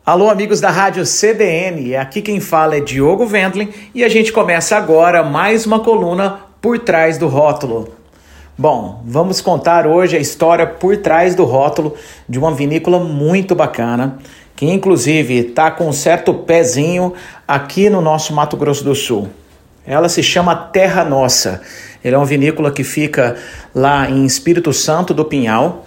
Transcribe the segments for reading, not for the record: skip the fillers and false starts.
Alô, amigos da Rádio CBN, aqui quem fala é Diogo Wendling e a gente começa agora mais uma coluna Por Trás do Rótulo. Bom, vamos contar hoje a história por trás do rótulo de uma vinícola muito bacana, que inclusive está com um certo pezinho aqui no nosso Mato Grosso do Sul. Ela se chama Terra Nossa. Ele é uma vinícola que fica lá em Espírito Santo do Pinhal.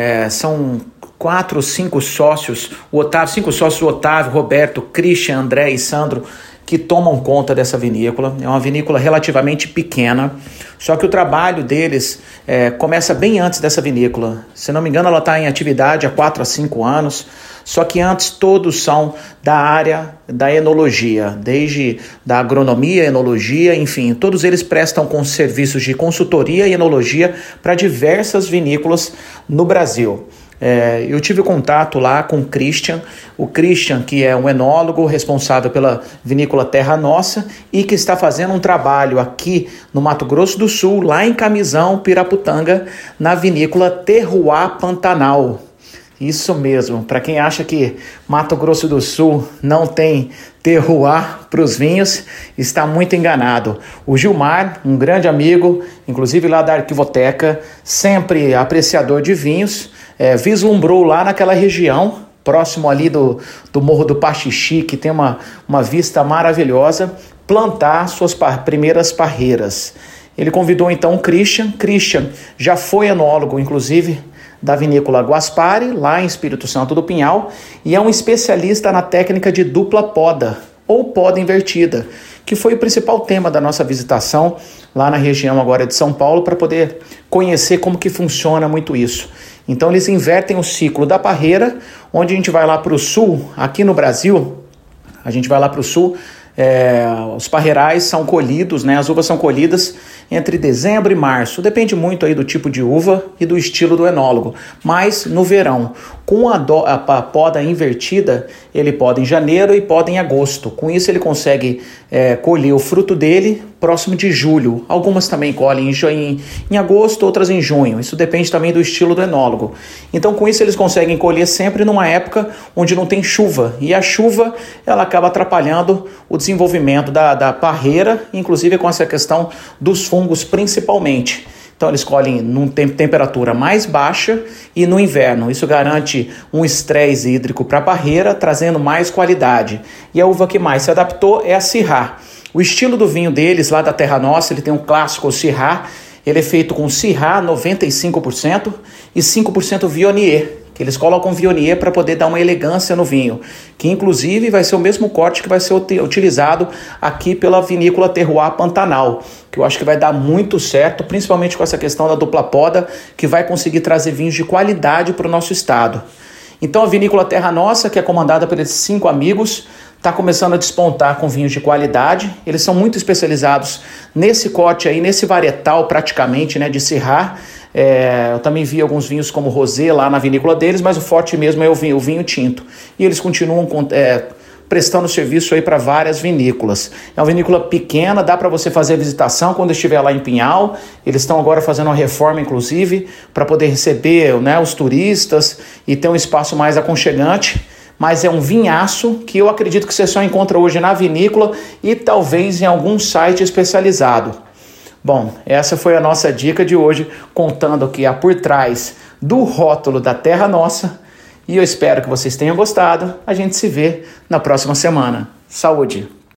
São 4 ou 5 sócios, o Otávio, Roberto, Christian, André e Sandro, que tomam conta dessa vinícola. É uma vinícola relativamente pequena, só que o trabalho deles começa bem antes dessa vinícola. Se não me engano, ela está em atividade há 4 a 5 anos, só que antes todos são da área da enologia, desde da agronomia, enologia, enfim, todos eles prestam com serviços de consultoria e enologia para diversas vinícolas no Brasil. Eu tive contato lá com o Christian, que é um enólogo responsável pela vinícola Terra Nossa e que está fazendo um trabalho aqui no Mato Grosso do Sul, lá em Camisão, Piraputanga, na vinícola Terroir Pantanal. Isso mesmo, para quem acha que Mato Grosso do Sul não tem terroir para os vinhos, está muito enganado. O Gilmar, um grande amigo, inclusive lá da Arquivoteca, sempre apreciador de vinhos, vislumbrou lá naquela região, próximo ali do Morro do Paxixi, que tem uma vista maravilhosa, plantar suas primeiras parreiras. Ele convidou então o Christian já foi enólogo, inclusive, da vinícola Guaspari, lá em Espírito Santo do Pinhal, e é um especialista na técnica de dupla poda, ou poda invertida, que foi o principal tema da nossa visitação lá na região agora de São Paulo, para poder conhecer como que funciona muito isso. Então eles invertem o ciclo da parreira, onde a gente vai lá para o sul, aqui no Brasil, a gente vai lá para o sul, os parreirais são colhidos, as uvas são colhidas entre dezembro e março, depende muito aí do tipo de uva e do estilo do enólogo, mas no verão, com a poda invertida, ele poda em janeiro e poda em agosto. Com isso ele consegue colher o fruto dele próximo de julho. Algumas também colhem em agosto, outras em junho. Isso depende também do estilo do enólogo. Então com isso eles conseguem colher sempre numa época onde não tem chuva. E a chuva ela acaba atrapalhando o desenvolvimento da parreira, inclusive com essa questão dos fungos principalmente. Então eles colhem numa temperatura mais baixa e no inverno. Isso garante um estresse hídrico para a parreira, trazendo mais qualidade. E a uva que mais se adaptou é a Syrah. O estilo do vinho deles, lá da Terra Nossa, ele tem um clássico Syrah. Ele é feito com Syrah 95% e 5% Viognier, que eles colocam Viognier para poder dar uma elegância no vinho, que inclusive vai ser o mesmo corte que vai ser utilizado aqui pela vinícola Terroir Pantanal, que eu acho que vai dar muito certo, principalmente com essa questão da dupla poda, que vai conseguir trazer vinhos de qualidade para o nosso estado. Então a vinícola Terra Nossa, que é comandada por esses 5 amigos, está começando a despontar com vinhos de qualidade. Eles são muito especializados nesse corte aí, nesse varietal praticamente, de Syrah. Eu também vi alguns vinhos como rosé lá na vinícola deles, mas o forte mesmo é o vinho tinto. E eles continuam prestando serviço aí para várias vinícolas. É uma vinícola pequena, dá para você fazer a visitação quando estiver lá em Pinhal. Eles estão agora fazendo uma reforma, inclusive, para poder receber os turistas e ter um espaço mais aconchegante. Mas é um vinhaço que eu acredito que você só encontra hoje na vinícola e talvez em algum site especializado. Bom, essa foi a nossa dica de hoje, contando aqui por trás do rótulo da Terra Nossa. E eu espero que vocês tenham gostado. A gente se vê na próxima semana. Saúde!